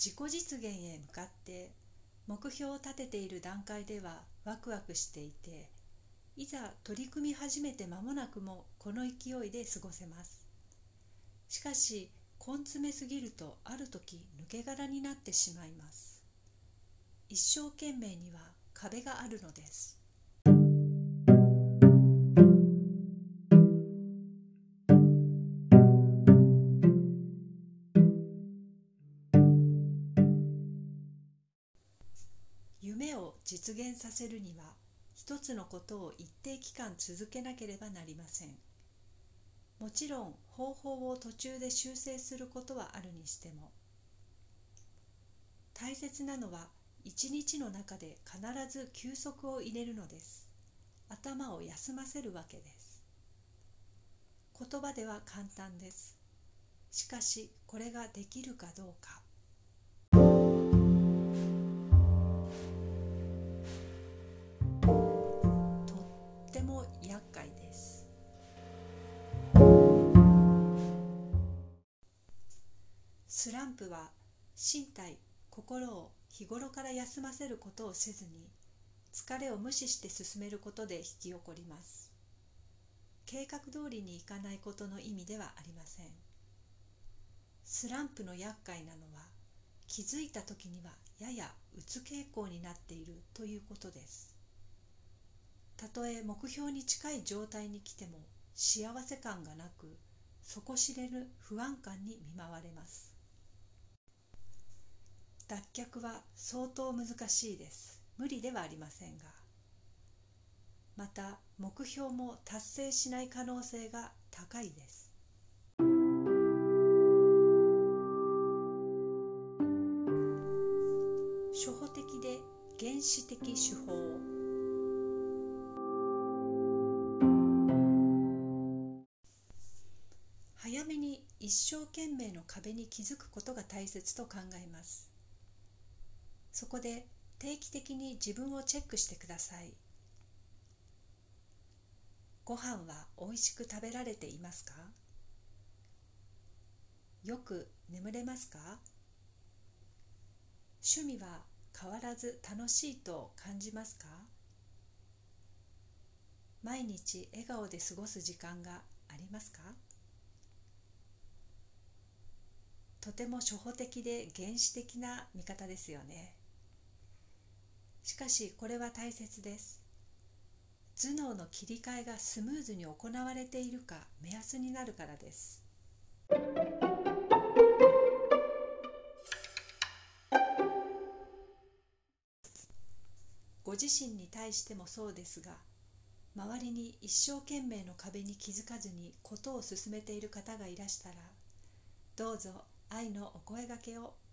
自己実現へ向かって目標を立てている段階ではワクワクしていて、いざ取り組み始めて間もなくもこの勢いで過ごせます。しかし根詰めすぎるとある時抜け殻になってしまいます。一生懸命には壁があるのです。夢を実現させるには一つのことを一定期間続けなければなりません。もちろん方法を途中で修正することはあるにしても、大切なのは一日の中で必ず休息を入れるのです。頭を休ませるわけです。言葉では簡単です。しかしこれができるかどうか。とっても厄介です。スランプは身体、心を日頃から休ませることをせずに、疲れを無視して進めることで引き起こります。計画通りにいかないことの意味ではありません。スランプの厄介なのは、気づいた時にはややうつ傾向になっているということです。たとえ目標に近い状態に来ても幸せ感がなく、底知れぬ不安感に見舞われます。脱却は相当難しいです。無理ではありませんが、また目標も達成しない可能性が高いです。初歩的で原始的手法。早めに一生懸命の壁に気づくことが大切と考えます。そこで定期的に自分をチェックしてください。ご飯はおいしく食べられていますか？よく眠れますか？趣味は変わらず楽しいと感じますか？毎日笑顔で過ごす時間がありますか？とても初歩的で原始的な見方ですよね。しかしこれは大切です。頭脳の切り替えがスムーズに行われているか目安になるからです。ご自身に対してもそうですが、周りに一生懸命の壁に気づかずにことを進めている方がいらしたら、どうぞ愛のお声掛けを。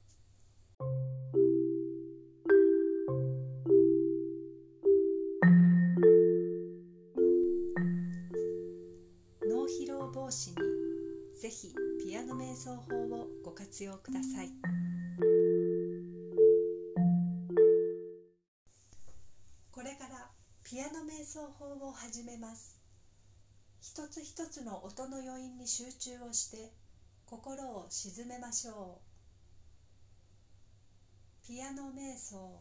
脳疲労防止にぜひピアノ瞑想法をご活用ください。これからピアノ瞑想法を始めます。一つ一つの音の余韻に集中をして心を静めましょう。ピアノ瞑想。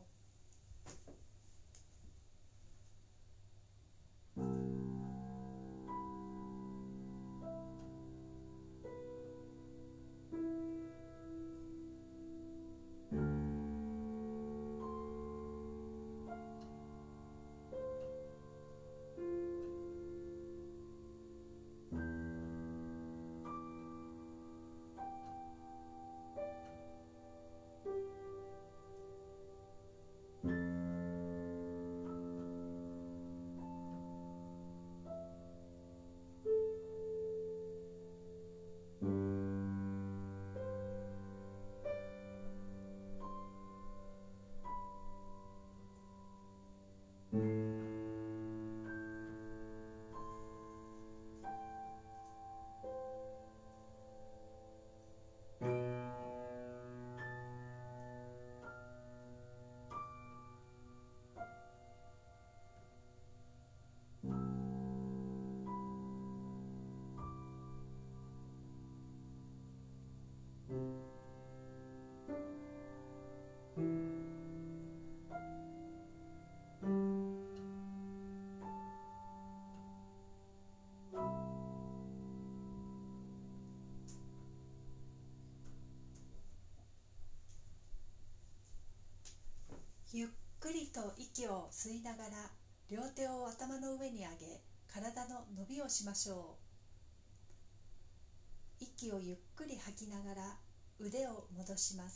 ゆっくりと息を吸いながら両手を頭の上に上げ、体の伸びをしましょう。息をゆっくり吐きながら腕を戻します。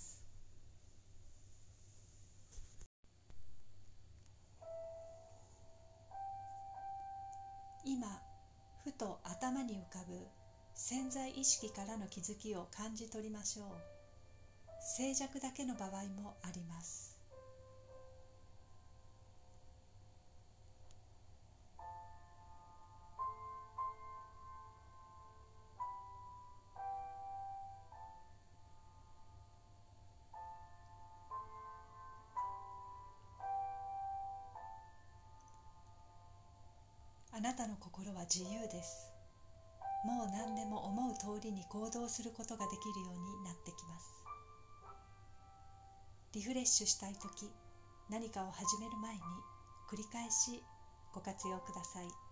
今、ふと頭に浮かぶ潜在意識からの気づきを感じ取りましょう。静寂だけの場合もあります。あなたの心は自由です。もう何でも思う通りに行動することができるようになってきます。リフレッシュしたいとき、何かを始める前に繰り返しご活用ください。